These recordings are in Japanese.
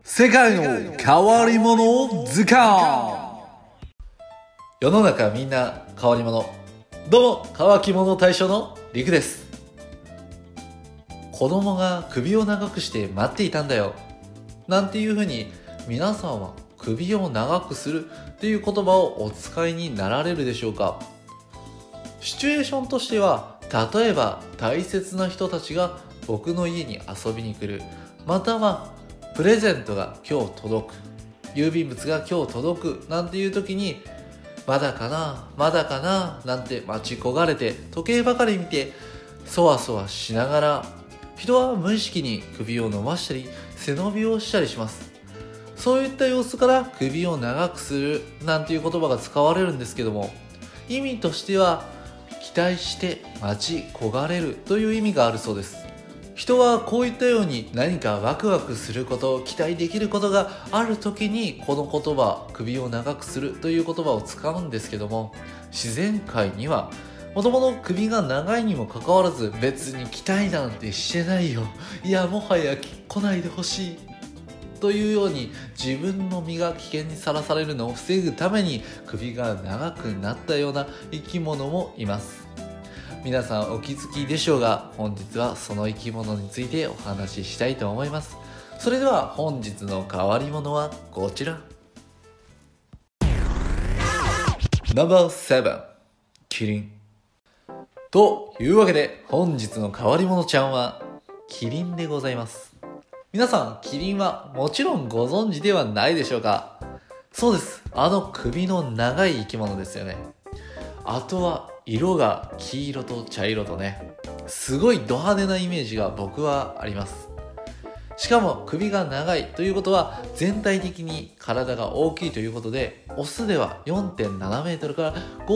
世界の変わり者図鑑。世の中みんな変わり者。どうも乾き者大将のりくです。子供が首を長くして待っていたんだよなんていう風に、皆さんは首を長くするっていう言葉をお使いになられるでしょうか。シチュエーションとしては、例えば大切な人たちが僕の家に遊びに来る、またはプレゼントが今日届く、郵便物が今日届くなんていう時に、まだかなまだかななんて待ち焦がれて時計ばかり見てそわそわしながら、人は無意識に首を伸ばしたり背伸びをしたりします。そういった様子から首を長くするなんていう言葉が使われるんですけども、意味としては期待して待ち焦がれるという意味があるそうです。人はこういったように何かワクワクすること、期待できることがある時にこの言葉、首を長くするという言葉を使うんですけども、自然界にはもともと首が長いにもかかわらず、別に期待なんてしてないよ、いやもはや来ないでほしいというように、自分の身が危険にさらされるのを防ぐために首が長くなったような生き物もいます。皆さんお気づきでしょうが、本日はその生き物についてお話ししたいと思います。それでは本日の変わり者はこちら。No.7 キリン。というわけで本日の変わり者ちゃんはキリンでございます。皆さん、キリンはもちろんご存知ではないでしょうか。そうです、あの首の長い生き物ですよね。あとは色が黄色と茶色とね、すごいド派手なイメージが僕はあります。しかも首が長いということは全体的に体が大きいということで、オスでは 4.7 メートルから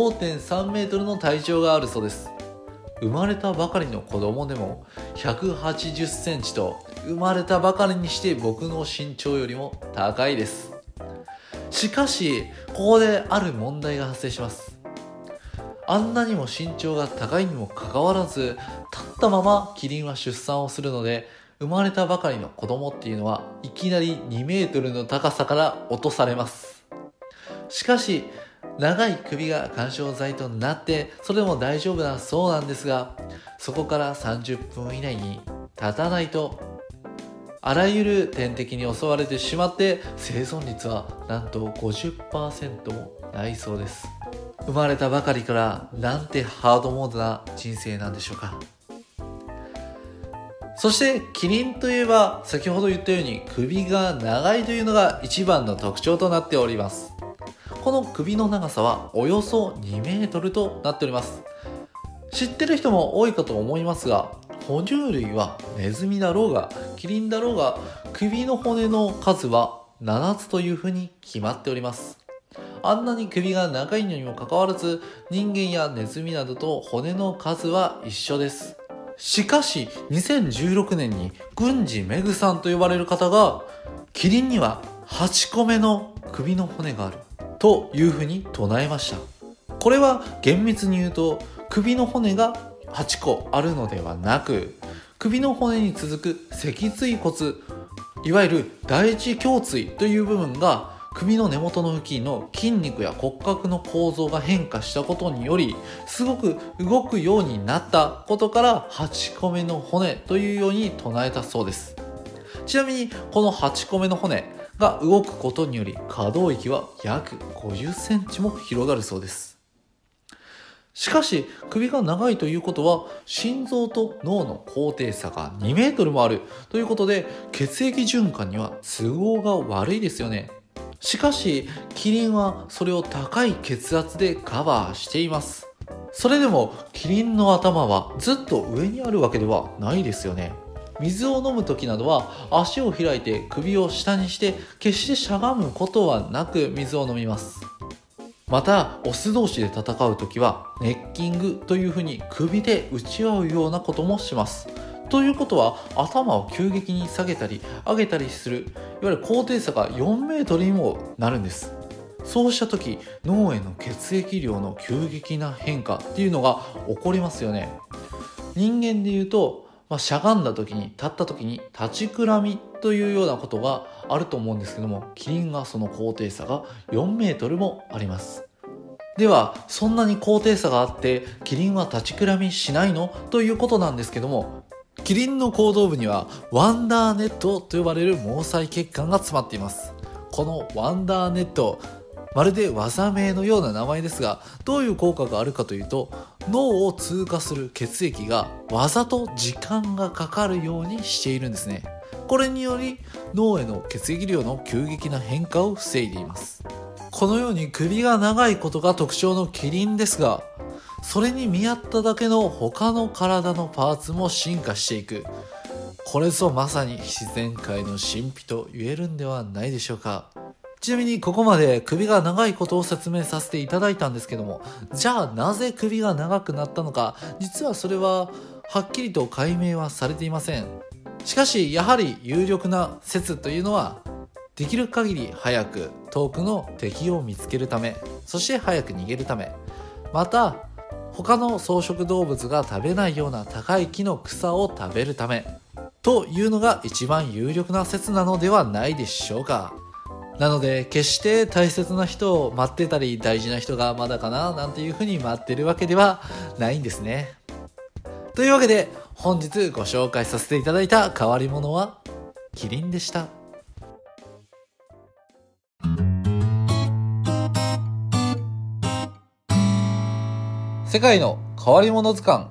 5.3 メートルの体長があるそうです。生まれたばかりの子供でも180センチと、生まれたばかりにして僕の身長よりも高いです。しかしここである問題が発生します。あんなにも身長が高いにもかかわらず、立ったままキリンは出産をするので、生まれたばかりの子供っていうのはいきなり2メートルの高さから落とされます。しかし長い首が緩衝材となってそれでも大丈夫だそうなんですが、そこから30分以内に立たないとあらゆる天敵に襲われてしまって、生存率はなんと 50% もないそうです。生まれたばかりからなんてハードモードな人生なんでしょうか。そしてキリンといえば、先ほど言ったように首が長いというのが一番の特徴となっております。この首の長さはおよそ2メートルとなっております。知ってる人も多いかと思いますが、哺乳類はネズミだろうがキリンだろうが、首の骨の数は7つというふうに決まっております。あんなに首が長いのにもかかわらず、人間やネズミなどと骨の数は一緒です。しかし2016年に郡司メグさんと呼ばれる方が、キリンには8個目の首の骨があるというふうに唱えました。これは厳密に言うと、首の骨が8個あるのではなく、首の骨に続く脊椎骨、いわゆる第一胸椎という部分が首の根元の付近の筋肉や骨格の構造が変化したことにより、すごく動くようになったことから8個目の骨というように唱えたそうです。ちなみにこの8個目の骨が動くことにより、可動域は約50センチも広がるそうです。しかし首が長いということは、心臓と脳の高低差が2メートルもあるということで、血液循環には都合が悪いですよね。しかしキリンはそれを高い血圧でカバーしています。それでもキリンの頭はずっと上にあるわけではないですよね。水を飲む時などは足を開いて首を下にして、決してしゃがむことはなく水を飲みます。またオス同士で戦う時はネッキングというふうに首で打ち合うようなこともします。ということは、頭を急激に下げたり上げたりする、いわゆる高低差が4メートルにもなるんです。そうした時、脳への血液量の急激な変化っていうのが起こりますよね。人間でいうとしゃがんだ時に立った時に立ちくらみというようなことがあると思うんですけども、キリンがその高低差が4メートルもあります。ではそんなに高低差があってキリンは立ちくらみしないのということなんですけども、キリンの後頭部にはワンダーネットと呼ばれる毛細血管が詰まっています。このワンダーネット、まるで技名のような名前ですが、どういう効果があるかというと、脳を通過する血液がわざと時間がかかるようにしているんですね。これにより脳への血液量の急激な変化を防いでいます。このように首が長いことが特徴のキリンですが、それに見合っただけの他の体のパーツも進化していく。これぞまさに自然界の神秘と言えるんではないでしょうか。ちなみにここまで首が長いことを説明させていただいたんですけども、じゃあなぜ首が長くなったのか、実はそれははっきりと解明はされていません。しかしやはり有力な説というのは、できる限り早く遠くの敵を見つけるため、そして早く逃げるため、また他の草食動物が食べないような高い木の草を食べるためというのが一番有力な説なのではないでしょうか。なので決して大切な人を待ってたり、大事な人がまだかななんていうふうに待ってるわけではないんですね。というわけで本日ご紹介させていただいた変わり者はキリンでした。世界の変わり者図鑑。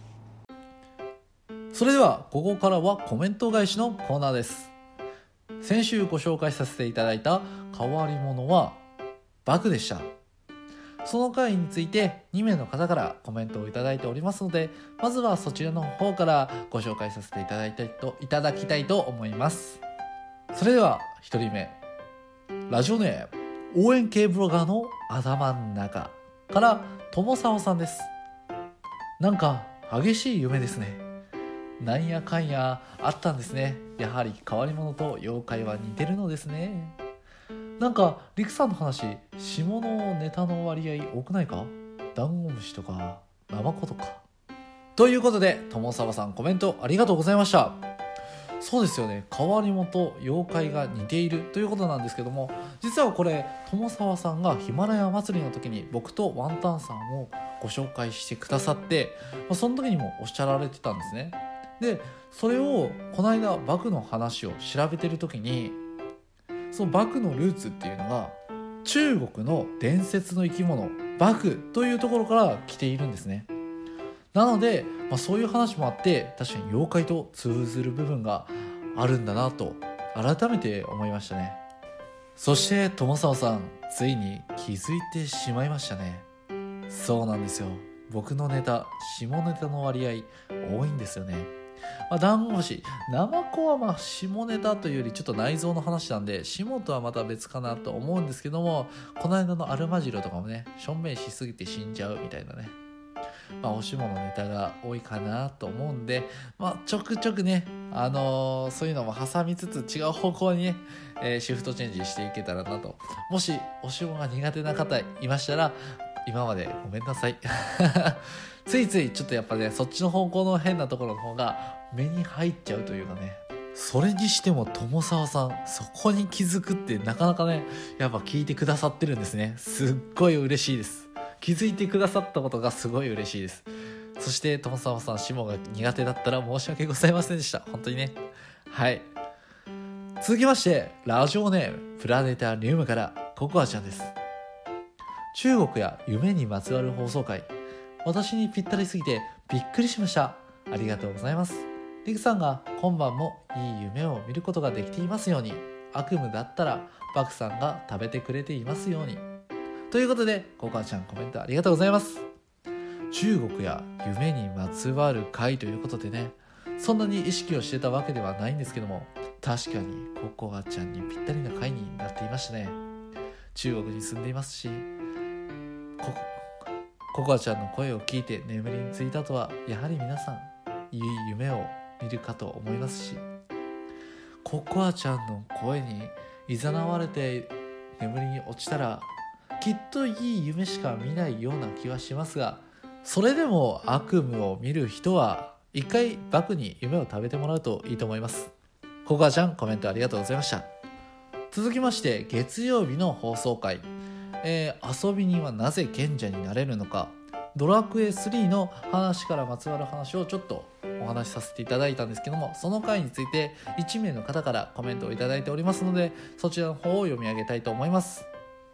それではここからはコメント返しのコーナーです。先週ご紹介させていただいた変わり者はバグでした。その回について2名の方からコメントをいただいておりますので、まずはそちらの方からご紹介させていただきたいと思います。それでは1人目、ラジオネーム応援系ブロガーの頭ん中から友沢さんです。なんか激しい夢ですね。なんやかんやあったんですね。やはり変わり者と妖怪は似てるのですね。なんかリクさんの話、下のネタの割合多くないか？ダンゴムシとかナマコとか。ということで友沢さん、コメントありがとうございました。そうですよね、変わり者と妖怪が似ているということなんですけども、実はこれ友沢さんがヒマラヤ祭りの時に僕とワンタンさんをご紹介してくださって、その時にもおっしゃられてたんですね。でそれをこの間バクの話を調べてる時に、そのバクのルーツっていうのが中国の伝説の生き物バクというところから来ているんですね。なので、そういう話もあって、確かに妖怪と通ずる部分があるんだなと改めて思いましたね。そして友沢さん、ついに気づいてしまいましたね。そうなんですよ、僕のネタ、下ネタの割合多いんですよね。ダンゴムシ、ナマコは下ネタというよりちょっと内臓の話なんで、下とはまた別かなと思うんですけども、この間のアルマジロとかもね、しょんべんしすぎて死んじゃうみたいなね、おしものネタが多いかなと思うんで、ちょくちょくね、そういうのも挟みつつ違う方向にね、シフトチェンジしていけたらなと。もしおしもが苦手な方いましたら、今までごめんなさいついついちょっとやっぱね、そっちの方向の変なところの方が目に入っちゃうというかね。それにしても友沢さん、そこに気づくってなかなかね、やっぱ聞いてくださってるんですね。すっごい嬉しいです。気づいてくださったことがすごい嬉しいです。そして友沢さん、下が苦手だったら申し訳ございませんでした。本当にね。はい。続きまして、ラジオネームプラネタリウムからココアちゃんです。中国や夢にまつわる放送回、私にぴったりすぎてびっくりしました。ありがとうございます。リクさんが今晩もいい夢を見ることができていますように、悪夢だったらバクさんが食べてくれていますように。ということでココアちゃん、コメントありがとうございます。中国や夢にまつわる回ということでね、そんなに意識をしてたわけではないんですけども、確かにココアちゃんにぴったりな回になっていましたね。中国に住んでいますし、ココアちゃんの声を聞いて眠りについたとは、やはり皆さんいい夢を見るかと思いますし、ココアちゃんの声に誘われて眠りに落ちたら、きっといい夢しか見ないような気はしますが、それでも悪夢を見る人は一回バクに夢を食べてもらうといいと思います。ココアちゃん、コメントありがとうございました。続きまして、月曜日の放送回、遊び人はなぜ賢者になれるのか、ドラクエ3の話からまつわる話をちょっとお話しさせていただいたんですけども、その回について1名の方からコメントをいただいておりますので、そちらの方を読み上げたいと思います。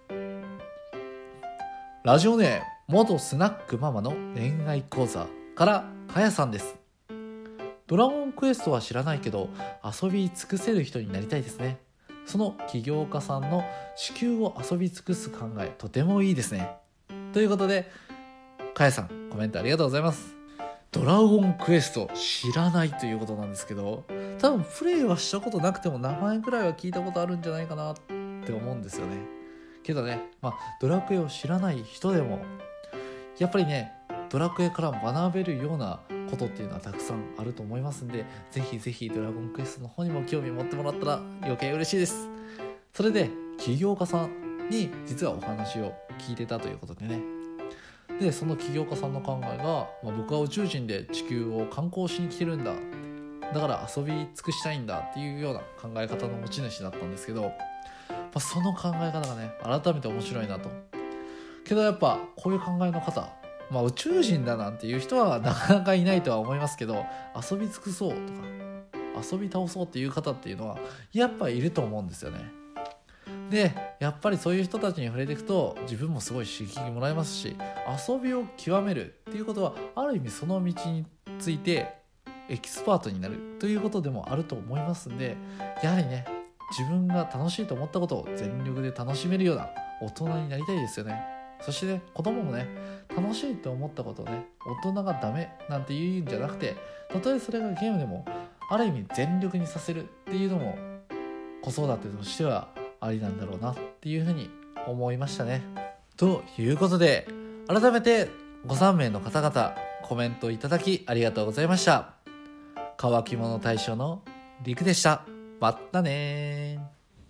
ラジオネーム元スナックママの恋愛講座からかやさんです。ドラゴンクエストは知らないけど遊び尽くせる人になりたいですね。その起業家さんの地球を遊び尽くす考え、とてもいいですね。ということで、かやさん、コメントありがとうございます。ドラゴンクエスト知らないということなんですけど、多分プレイはしたことなくても名前くらいは聞いたことあるんじゃないかなって思うんですよね。けどね、ドラクエを知らない人でもやっぱりね、ドラクエから学べるようなことっていうのはたくさんあると思いますんで、ぜひぜひドラゴンクエストの方にも興味持ってもらったら余計嬉しいです。それで起業家さんに実はお話を聞いてたということでね、でその起業家さんの考えが、僕は宇宙人で地球を観光しに来てるんだ、だから遊び尽くしたいんだっていうような考え方の持ち主だったんですけど、その考え方がね改めて面白いなと。けどやっぱこういう考えの方、宇宙人だなんていう人はなかなかいないとは思いますけど、遊び尽くそうとか遊び倒そうっていう方っていうのはやっぱいると思うんですよね。でやっぱりそういう人たちに触れていくと自分もすごい刺激もらえますし、遊びを極めるっていうことはある意味その道についてエキスパートになるということでもあると思いますんで、やはりね、自分が楽しいと思ったことを全力で楽しめるような大人になりたいですよね。そしてね、子供もね、楽しいと思ったことをね、大人がダメなんて言うんじゃなくて、たとえそれがゲームでもある意味全力にさせるっていうのも子育てとしてはありなんだろうなっていうふうに思いましたね。ということで、改めてご3名の方々コメントいただきありがとうございました。乾き物大賞のりくでした。またね。